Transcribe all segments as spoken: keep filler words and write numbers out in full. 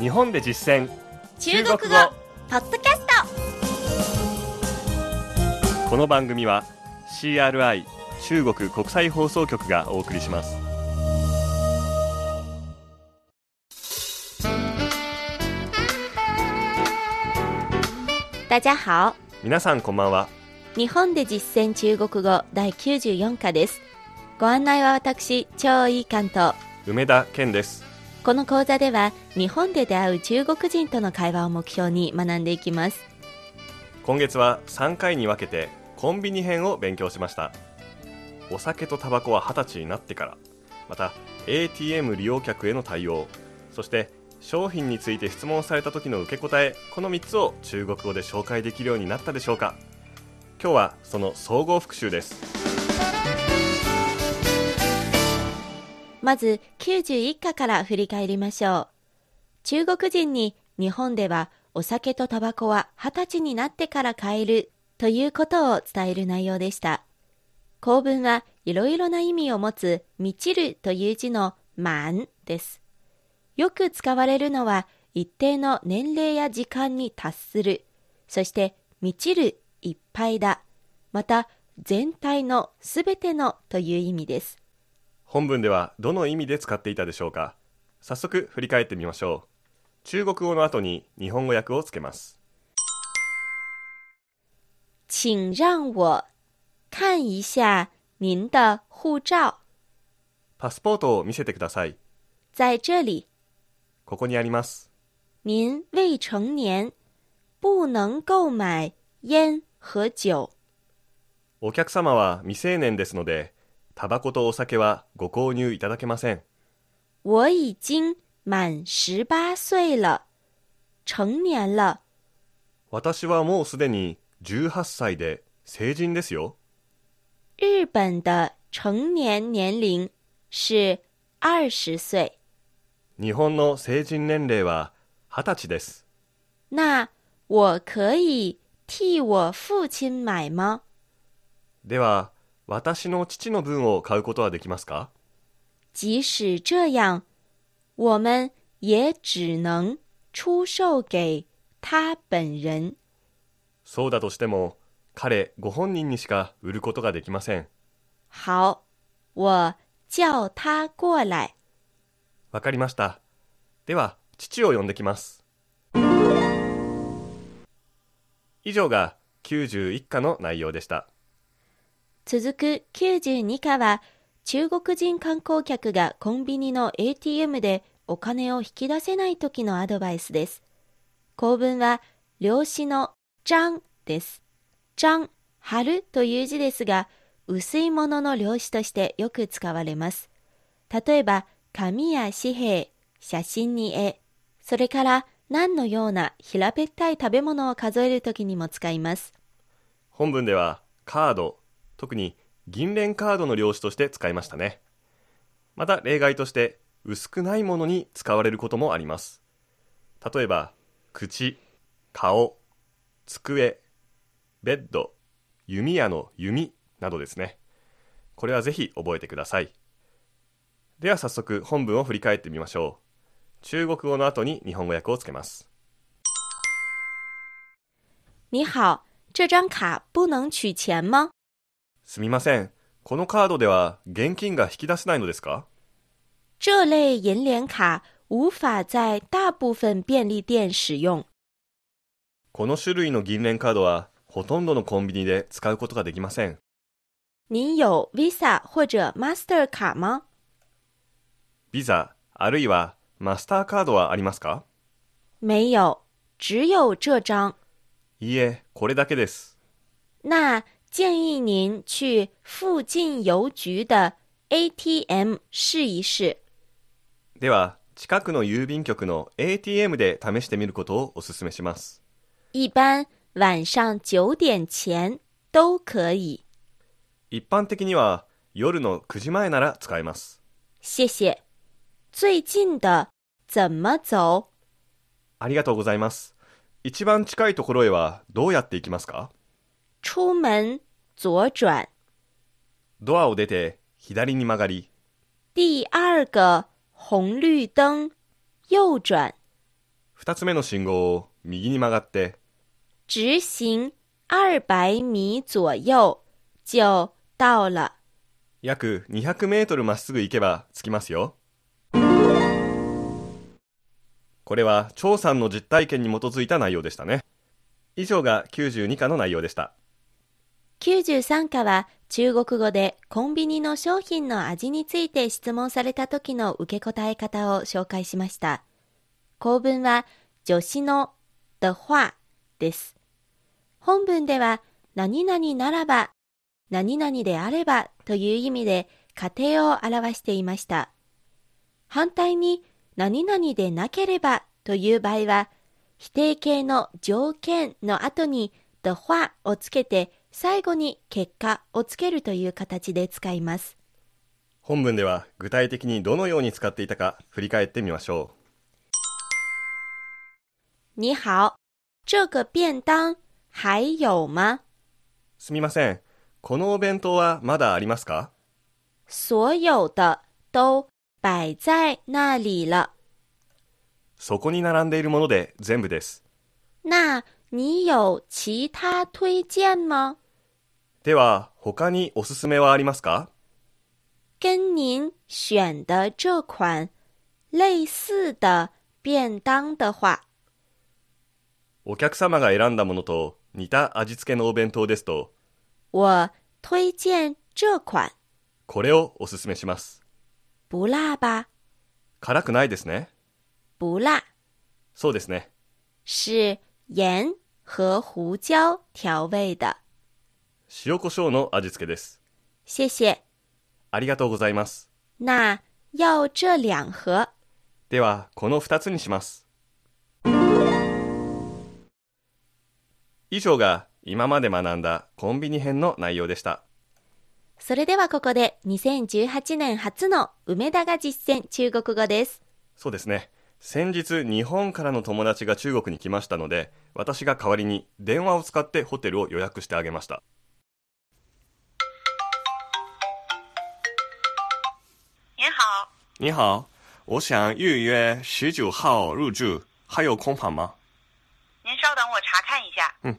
日本で実践中国語ポッドキャスト。 この番組は シーアールアイ 中国国際放送局がお送りします。 大家好。 皆さんこんばんは。 日本で実践中国語だいきゅうじゅうよん課です。ご案内は私、張井関と梅田健です。 この講座では日本で出会う中国人との会話を目標に学んでいきます。 今月はさんかいに分けてコンビニ編を勉強しました。お酒とタバコははたちになってから、また エーティーエム 利用客への対応、そして商品について質問された時の受け答え、このみっつを中国語で紹介できるようになったでしょうか。今日はその総合復習です。 まずきゅうじゅういっ課から振り返りましょう。中国人に日本ではお酒とタバコははたちになってから買えるということを伝える内容でした。構文はいろいろな意味を持つ満ちるという字の満です。よく使われるのは一定の年齢や時間に達する、そして満ちる、いっぱいだ、また全体のすべてのという意味です。 本文ではどの意味で使っていたでしょうか。早速振り返ってみましょう。中国語の後に日本語訳をつけます。 請讓我看一下您的護照。 パスポートを見せてください。 在这里。 ここにあります。 您未成年，不能購買煙和酒。 お客様は未成年ですので、タバコとお酒はご購入いただけません。 我已经滿十八歲了。成年了。 私はもうすでにじゅうはっさいで成人ですよ。 日本的成年年齡是二十歲。 日本の成人年齢ははたちです。 那我可以替我父親買嗎？ では、私の父の分を買うことはできますか？ 即使這樣，我們也只能出售給他本人。 そうだとしても、彼ご本人にしか売ることができません。 好，我叫他過來。 わかりました。では、父を呼んできます。以上がきゅうじゅういっ課の内容でした。 続くきゅうじゅうに課は、中国人観光客がコンビニの エーティーエム でお金を引き出せない時のアドバイスです。構文は量詞の張です。張、貼るという字ですが、薄いものの量詞としてよく使われます。例えば、紙や紙幣、写真に絵、それから何のような平べったい食べ物を数えるときにも使います。 本文ではカード、特に銀聯カードの量詞として使いましたね。また例外として薄くないものに使われることもあります。例えば口、顔、机、ベッド、弓矢の弓などですね。これはぜひ覚えてください。では早速本文を振り返ってみましょう。中国語の後に日本語訳をつけます。 你好、這張卡不能取錢嗎？ すみません。このカードでは現金が引き出せないのですか？ 這類銀聯卡無法在大部分便利店使用。 この種類の銀聯カードはほとんどのコンビニで使うことができません。 您有 Visa 或者 Master 卡嗎？ ビザ、あるいはマスターカードはありますか？ 沒有、只有這張。 いいえ、これだけです。 那建議您去附近郵局的 エーティーエム 試一試。 では、近くの郵便局の エーティーエム で試してみることをお勧めします。 一般晚上九點前都可以。 一般的には夜のくじまえなら使えます。 謝謝。最近的怎麼走？ ありがとうございます。一番近いところへはどうやって行きますか？ 出門左轉。 ドアを出て左に曲がり、 第二個紅綠燈右轉。 二つ目の信号を右に曲がって、 直行二百米左右就到了。 約にひゃくメートルまっすぐ行けば着きますよ。これは張さんの実体験に基づいた内容でしたね。以上がきゅうじゅうに課の内容でした。 きゅうじゅうさん課は中国語でコンビニの商品の味について質問された時の受け答え方を紹介しました。構文は助詞の的話です。本文では何々ならば、何々であればという意味で過程を表していました。反対に何々でなければという場合は、否定形の条件の後に的話をつけて最後に結果をつけるという形で使います。 本文では具体的にどのように使っていたか振り返ってみましょう。你好、这个便当还有吗？ すみません。このお弁当はまだありますか？ 所有的都摆在那里了。 そこに並んでいるもので全部です。 那你有其他推荐吗？ では、他におすすめはありますか？ 跟您选的这款类似的便当的话。 お客様が選んだものと似た味付けのお弁当ですと、 我推荐这款。 これをおすすめします。 不辣吧？ 辛くないですね。 不辣。 そうですね。 是盐和胡椒調味的。 塩コショウの味付けです。 謝謝。 ありがとうございます。 那要这两盒。 では、この二つにします。以上が今まで学んだコンビニ編の内容でした。 それではここでにせんじゅうはちねん初の梅田が実践中国語です。 そうですね。先日日本からの友達が中国に来ましたので、私が代わりに電話を使ってホテルを予約してあげました。 您好。 你好，我想预约十九号入住，还有空房吗？ 您稍等，我查看一下。 嗯。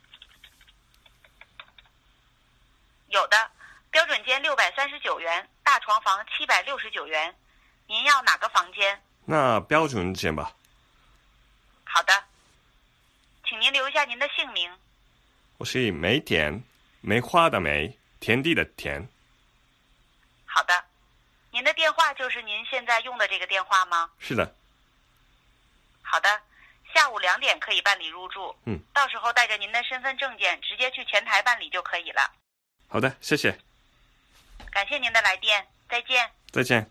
有的，标准间六百三十九元，大床房七百六十九元。您要哪个房间？ 那标准间吧。 好的，请您留下您的姓名。 我是梅田，梅花的梅，田地的田。 好的，您的电话就是您现在用的这个电话吗？ 是的。 好的，下午两点可以办理入住。 嗯， 到时候带着您的身份证件直接去前台办理就可以了。 好的，谢谢。 感谢您的来電。再見。 再見。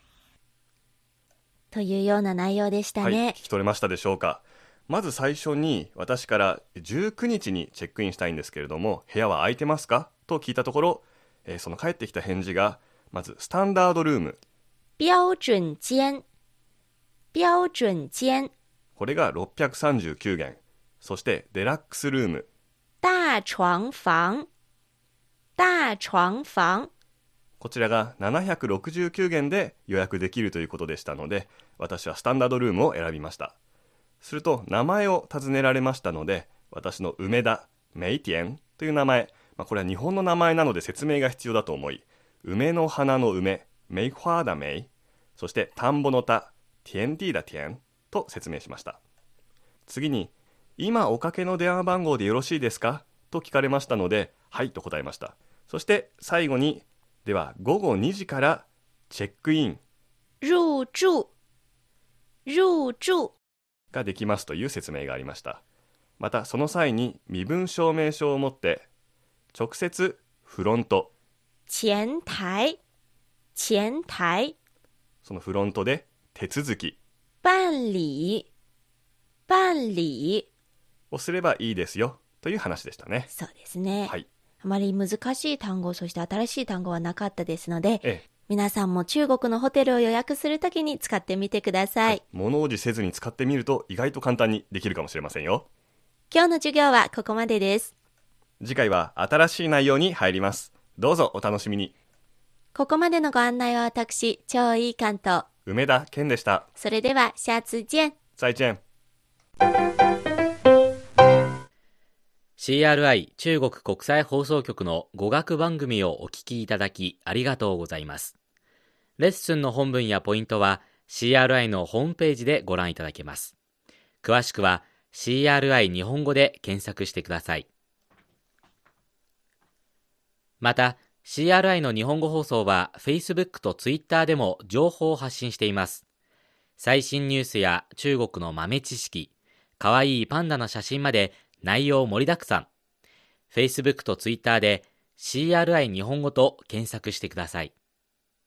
というような内容でしたね。 はい、聞き取れましたでしょうか。まず最初に私からじゅうくにちにチェックインしたいんですけれども、部屋は空いてますかと聞いたところ、えー、その返ってきた返事がまずスタンダードルーム、 標準間、標準間、 これがろっぴゃくさんじゅうきゅうげん、そしてデラックスルーム、 大床房、大床房、 こちらがななひゃくろくじゅうきゅうげんで予約できるということでしたので、私はスタンダードルームを選びました。すると名前を尋ねられましたので、私の梅田、メイティエンという名前、まあ、これは日本の名前なので説明が必要だと思い、梅の花の梅、メイ花だメイ、そして田んぼの田、ティエンティーだティエンと説明しました。次に、今おかけの電話番号でよろしいですかと聞かれましたので、はいと答えました。そして最後に、ではごごにじからチェックイン入住入住ができますという説明がありました。またその際に身分証明書を持って直接フロント前台前台そのフロントで手続き办理办理をすればいいですよという話でしたね。 そうですね。 はい。 あまり難しい単語、そして新しい単語はなかったですので、 ええ、 皆さんも中国のホテルを予約するときに使ってみてください。はい、 物おじせずに使ってみると意外と簡単にできるかもしれませんよ。 今日の授業はここまでです。 次回は新しい内容に入ります。どうぞお楽しみに。 ここまでのご案内は私、超いい関東、 梅田健でした。 それでは下次見。 再見。 シーアールアイ 中国国際放送局の語学番組をお聞きいただきありがとうございます。レッスンの本文やポイントは シーアールアイ のホームページでご覧いただけます。詳しくは シーアールアイ 日本語で検索してください。また、シーアールアイ の日本語放送は Facebook と Twitter でも情報を発信しています。最新ニュースや中国の豆知識、かわいいパンダの写真まで内容盛りだくさん。Facebook と Twitter で シーアールアイ 日本語と検索してください。